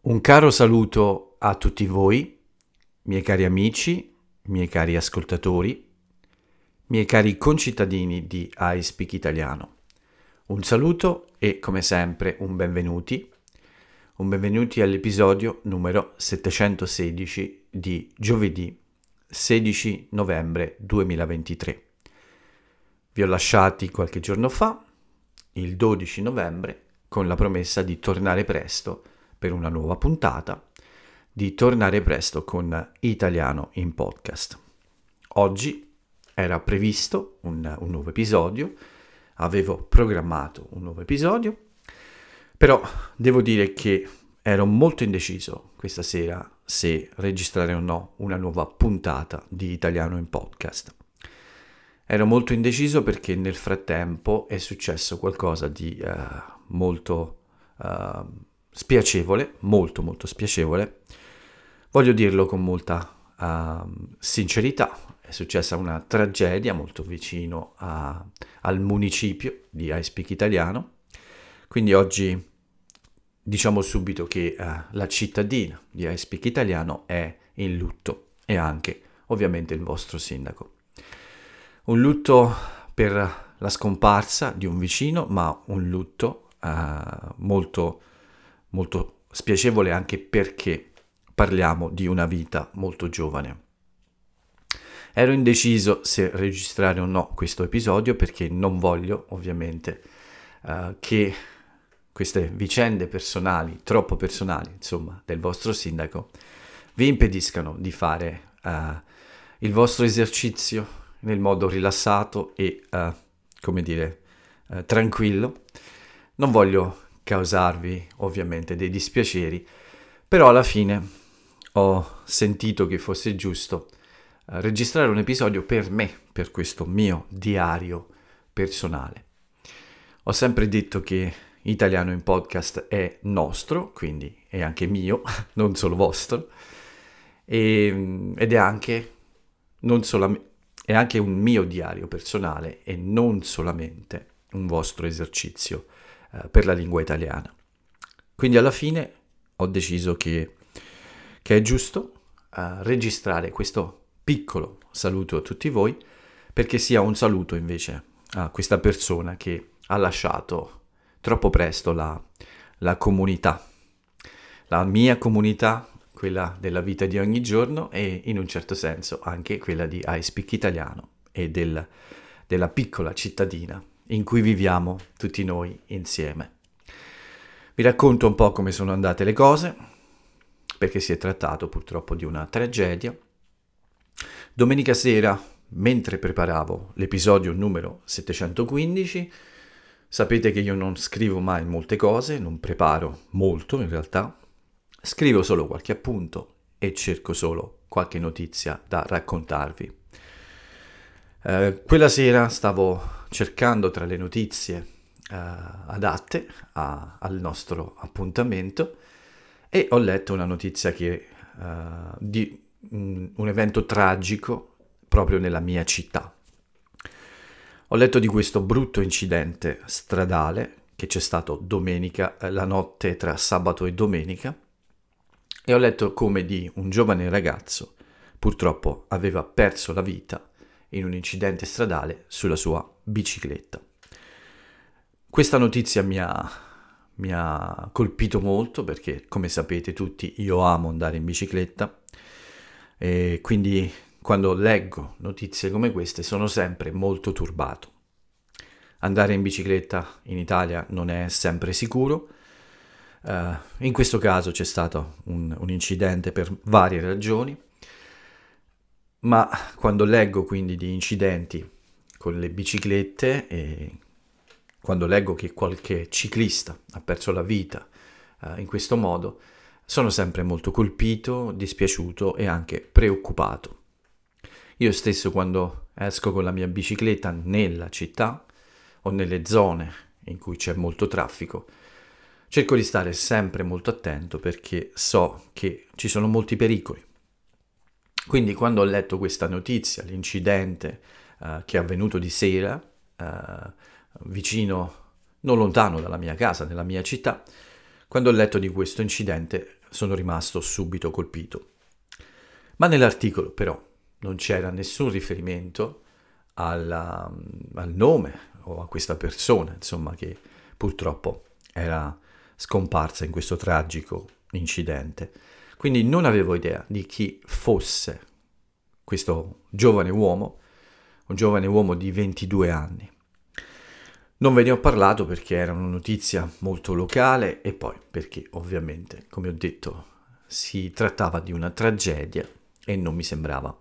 Un caro saluto a tutti voi, miei cari amici, miei cari ascoltatori, miei cari concittadini di iSpeak Italiano. Un saluto e, come sempre, un benvenuti all'episodio numero 716 di giovedì 16 novembre 2023. Vi ho lasciati qualche giorno fa, il 12 novembre, con la promessa di tornare presto per una nuova puntata, di tornare presto con Italiano in podcast. Oggi era previsto un nuovo episodio, avevo programmato un nuovo episodio, però devo dire che ero molto indeciso questa sera se registrare o no una nuova puntata di Italiano in podcast. Ero molto indeciso perché nel frattempo è successo qualcosa di molto spiacevole, molto spiacevole. Voglio dirlo con molta sincerità. È successa una tragedia molto vicino al municipio di iSpeak Italiano. Quindi oggi diciamo subito che la cittadina di iSpeak Italiano è in lutto e anche ovviamente il vostro sindaco. Un lutto per la scomparsa di un vicino, ma un lutto molto spiacevole anche perché parliamo di una vita molto giovane. Ero indeciso se registrare o no questo episodio perché non voglio ovviamente che queste vicende personali, troppo personali, insomma, del vostro sindaco vi impediscano di fare il vostro esercizio nel modo rilassato e, tranquillo. Non voglio causarvi ovviamente dei dispiaceri, però alla fine ho sentito che fosse giusto registrare un episodio per me, per questo mio diario personale. Ho sempre detto che Italiano in podcast è nostro, quindi è anche mio, non solo vostro, ed è anche è anche un mio diario personale e non solamente un vostro esercizio per la lingua italiana. Quindi alla fine ho deciso che è giusto registrare questo piccolo saluto a tutti voi, perché sia un saluto invece a questa persona che ha lasciato troppo presto la comunità, la mia comunità, quella della vita di ogni giorno e in un certo senso anche quella di iSpeak Italiano e della piccola cittadina in cui viviamo tutti noi insieme. Vi racconto un po' come sono andate le cose, perché si è trattato purtroppo di una tragedia. Domenica sera, mentre preparavo l'episodio numero 715, sapete che io non scrivo mai molte cose, non preparo molto in realtà, scrivo solo qualche appunto e cerco solo qualche notizia da raccontarvi. Quella sera stavo cercando tra le notizie adatte al nostro appuntamento e ho letto una notizia di un evento tragico proprio nella mia città. Ho letto di questo brutto incidente stradale che c'è stato domenica, la notte tra sabato e domenica, e ho letto come di un giovane ragazzo purtroppo aveva perso la vita in un incidente stradale sulla sua bicicletta. Questa notizia mi ha colpito molto perché, come sapete tutti, io amo andare in bicicletta e quindi quando leggo notizie come queste sono sempre molto turbato. Andare in bicicletta in Italia non è sempre sicuro. In questo caso c'è stato un incidente per varie ragioni, ma quando leggo quindi di incidenti con le biciclette e quando leggo che qualche ciclista ha perso la vita in questo modo, sono sempre molto colpito, dispiaciuto e anche preoccupato. Io stesso quando esco con la mia bicicletta nella città o nelle zone in cui c'è molto traffico, cerco di stare sempre molto attento perché so che ci sono molti pericoli. Quindi quando ho letto questa notizia, l'incidente che è avvenuto di sera, vicino, non lontano dalla mia casa, nella mia città, quando ho letto di questo incidente sono rimasto subito colpito. Ma nell'articolo però non c'era nessun riferimento al nome o a questa persona, insomma, che purtroppo era scomparsa in questo tragico incidente. Quindi non avevo idea di chi fosse questo giovane uomo, un giovane uomo di 22 anni. Non ve ne ho parlato perché era una notizia molto locale e poi perché ovviamente, come ho detto, si trattava di una tragedia e non mi sembrava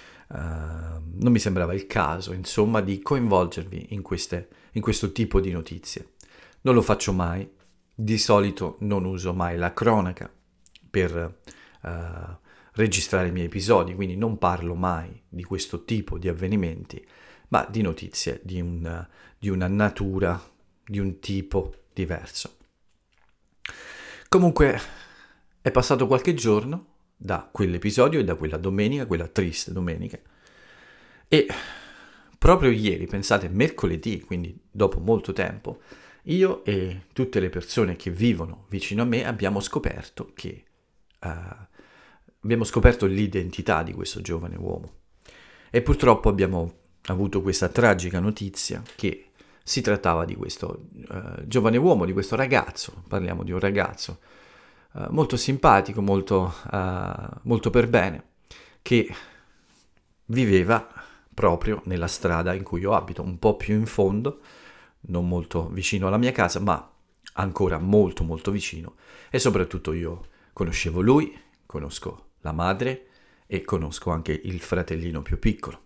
il caso, insomma, di coinvolgervi in questo tipo di notizie. Non lo faccio mai, di solito non uso mai la cronaca per registrare i miei episodi, quindi non parlo mai di questo tipo di avvenimenti, ma di notizie di una natura, di un tipo diverso. Comunque è passato qualche giorno da quell'episodio e da quella domenica, quella triste domenica, e proprio ieri, pensate, mercoledì, quindi dopo molto tempo, io e tutte le persone che vivono vicino a me abbiamo scoperto l'identità di questo giovane uomo. E purtroppo abbiamo avuto questa tragica notizia che si trattava di questo giovane uomo, di questo ragazzo, parliamo di un ragazzo molto simpatico, molto per bene, che viveva proprio nella strada in cui io abito, un po' più in fondo, non molto vicino alla mia casa, ma ancora molto molto vicino. E soprattutto io conoscevo lui, conosco la madre e conosco anche il fratellino più piccolo.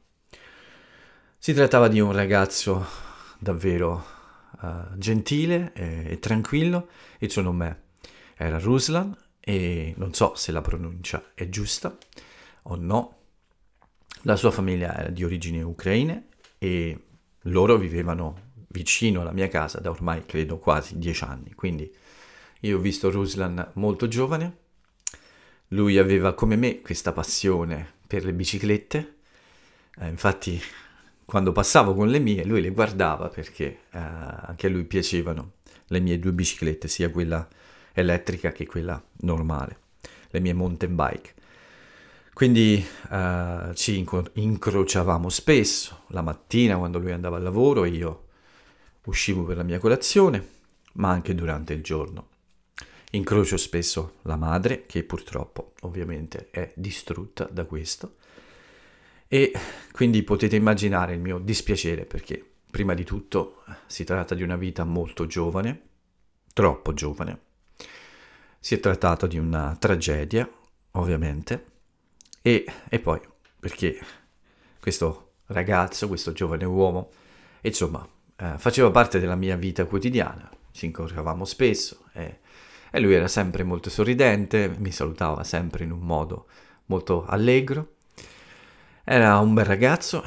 Si trattava di un ragazzo davvero gentile e tranquillo. Il suo nome era Ruslan e non so se la pronuncia è giusta o no. La sua famiglia era di origini ucraine e loro vivevano vicino alla mia casa da ormai credo quasi 10 anni. Quindi io ho visto Ruslan molto giovane. Lui aveva come me questa passione per le biciclette. Infatti quando passavo con le mie lui le guardava perché anche a lui piacevano le mie 2 biciclette, sia quella elettrica che quella normale, le mie mountain bike. Quindi ci incrociavamo spesso, la mattina quando lui andava al lavoro io uscivo per la mia colazione, ma anche durante il giorno. Incrocio spesso la madre, che purtroppo ovviamente è distrutta da questo, e quindi potete immaginare il mio dispiacere perché prima di tutto si tratta di una vita molto giovane, troppo giovane. Si è trattato di una tragedia, ovviamente, e poi perché questo ragazzo, questo giovane uomo, insomma, faceva parte della mia vita quotidiana, ci incontravamo spesso e lui era sempre molto sorridente, mi salutava sempre in un modo molto allegro. Era un bel ragazzo,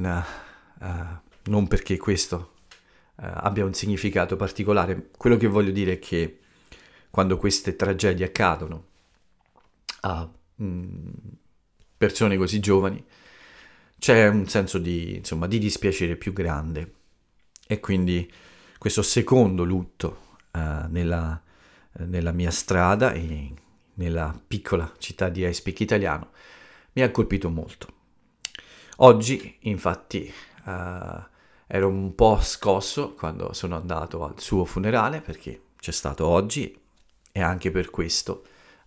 non perché questo abbia un significato particolare, quello che voglio dire è che quando queste tragedie accadono a persone così giovani, c'è un senso di dispiacere più grande. E quindi questo secondo lutto nella mia strada e nella piccola città di Icepeak Italiano mi ha colpito molto. Oggi, infatti, ero un po' scosso quando sono andato al suo funerale, perché c'è stato oggi, e anche per questo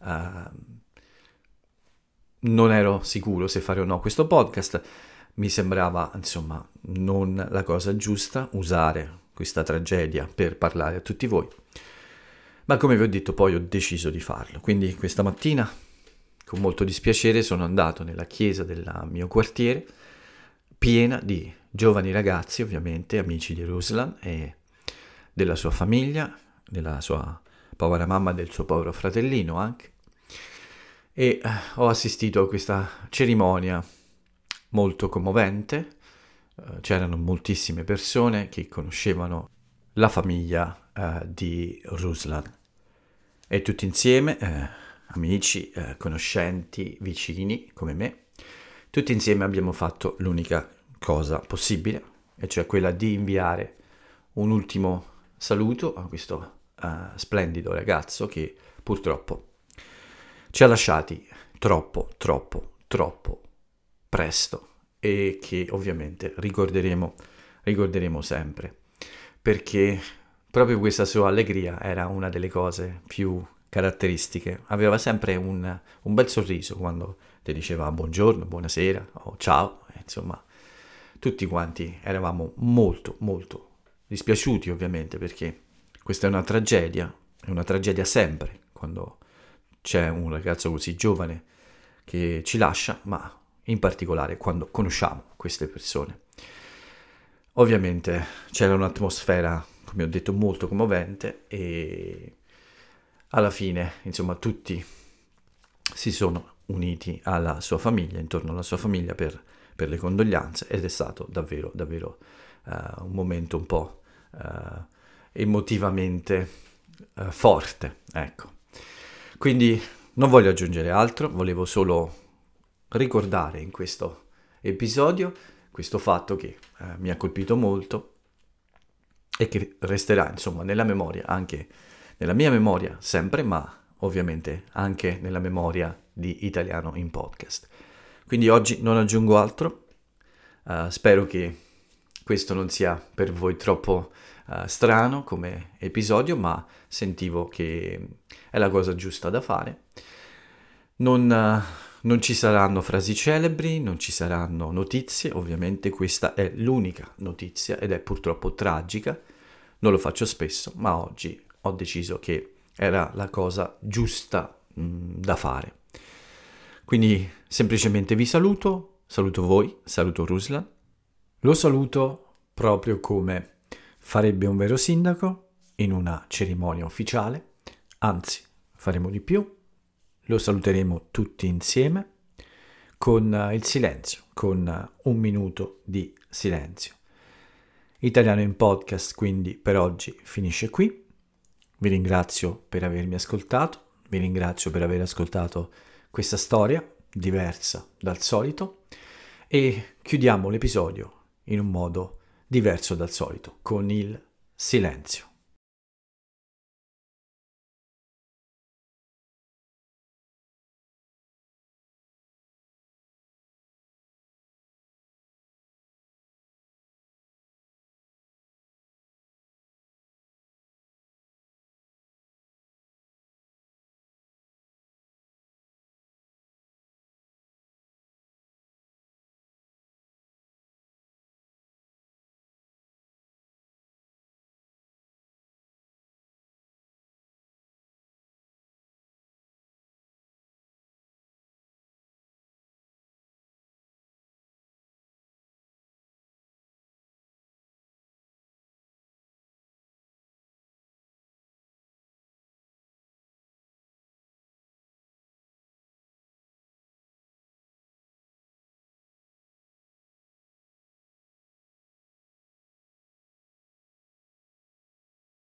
non ero sicuro se fare o no questo podcast. Mi sembrava, insomma, non la cosa giusta usare questa tragedia per parlare a tutti voi. Ma come vi ho detto, poi ho deciso di farlo. Quindi questa mattina, con molto dispiacere, sono andato nella chiesa del mio quartiere, piena di giovani ragazzi, ovviamente, amici di Ruslan e della sua famiglia, della sua povera mamma e del suo povero fratellino anche. E ho assistito a questa cerimonia molto commovente. C'erano moltissime persone che conoscevano la famiglia di Ruslan e tutti insieme, amici, conoscenti, vicini come me, tutti insieme abbiamo fatto l'unica cosa possibile, e cioè quella di inviare un ultimo saluto a questo splendido ragazzo che purtroppo ci ha lasciati troppo presto e che ovviamente ricorderemo sempre, perché proprio questa sua allegria era una delle cose più caratteristiche. Aveva sempre un bel sorriso quando ti diceva buongiorno, buonasera o ciao, insomma tutti quanti eravamo molto dispiaciuti ovviamente, perché questa è una tragedia sempre quando c'è un ragazzo così giovane che ci lascia, ma in particolare quando conosciamo queste persone. Ovviamente c'era un'atmosfera, come ho detto, molto commovente e alla fine, insomma, tutti si sono uniti alla sua famiglia, intorno alla sua famiglia per le condoglianze, ed è stato davvero un momento un po' emotivamente forte, ecco. Quindi non voglio aggiungere altro, volevo solo ricordare in questo episodio questo fatto che mi ha colpito molto e che resterà insomma nella memoria, anche nella mia memoria sempre, ma ovviamente anche nella memoria di Italiano in Podcast. Quindi oggi non aggiungo altro, spero che questo non sia per voi troppo strano come episodio, ma sentivo che è la cosa giusta da fare. Non ci saranno frasi celebri, non ci saranno notizie, ovviamente questa è l'unica notizia ed è purtroppo tragica, non lo faccio spesso, ma oggi ho deciso che era la cosa giusta da fare. Quindi semplicemente vi saluto voi, saluto Ruslan. Lo saluto proprio come farebbe un vero sindaco in una cerimonia ufficiale, anzi faremo di più. Lo saluteremo tutti insieme con il silenzio, con un minuto di silenzio. Italiano in Podcast quindi per oggi finisce qui. Vi ringrazio per avermi ascoltato, vi ringrazio per aver ascoltato questa storia diversa dal solito e chiudiamo l'episodio in un modo diverso dal solito, con il silenzio.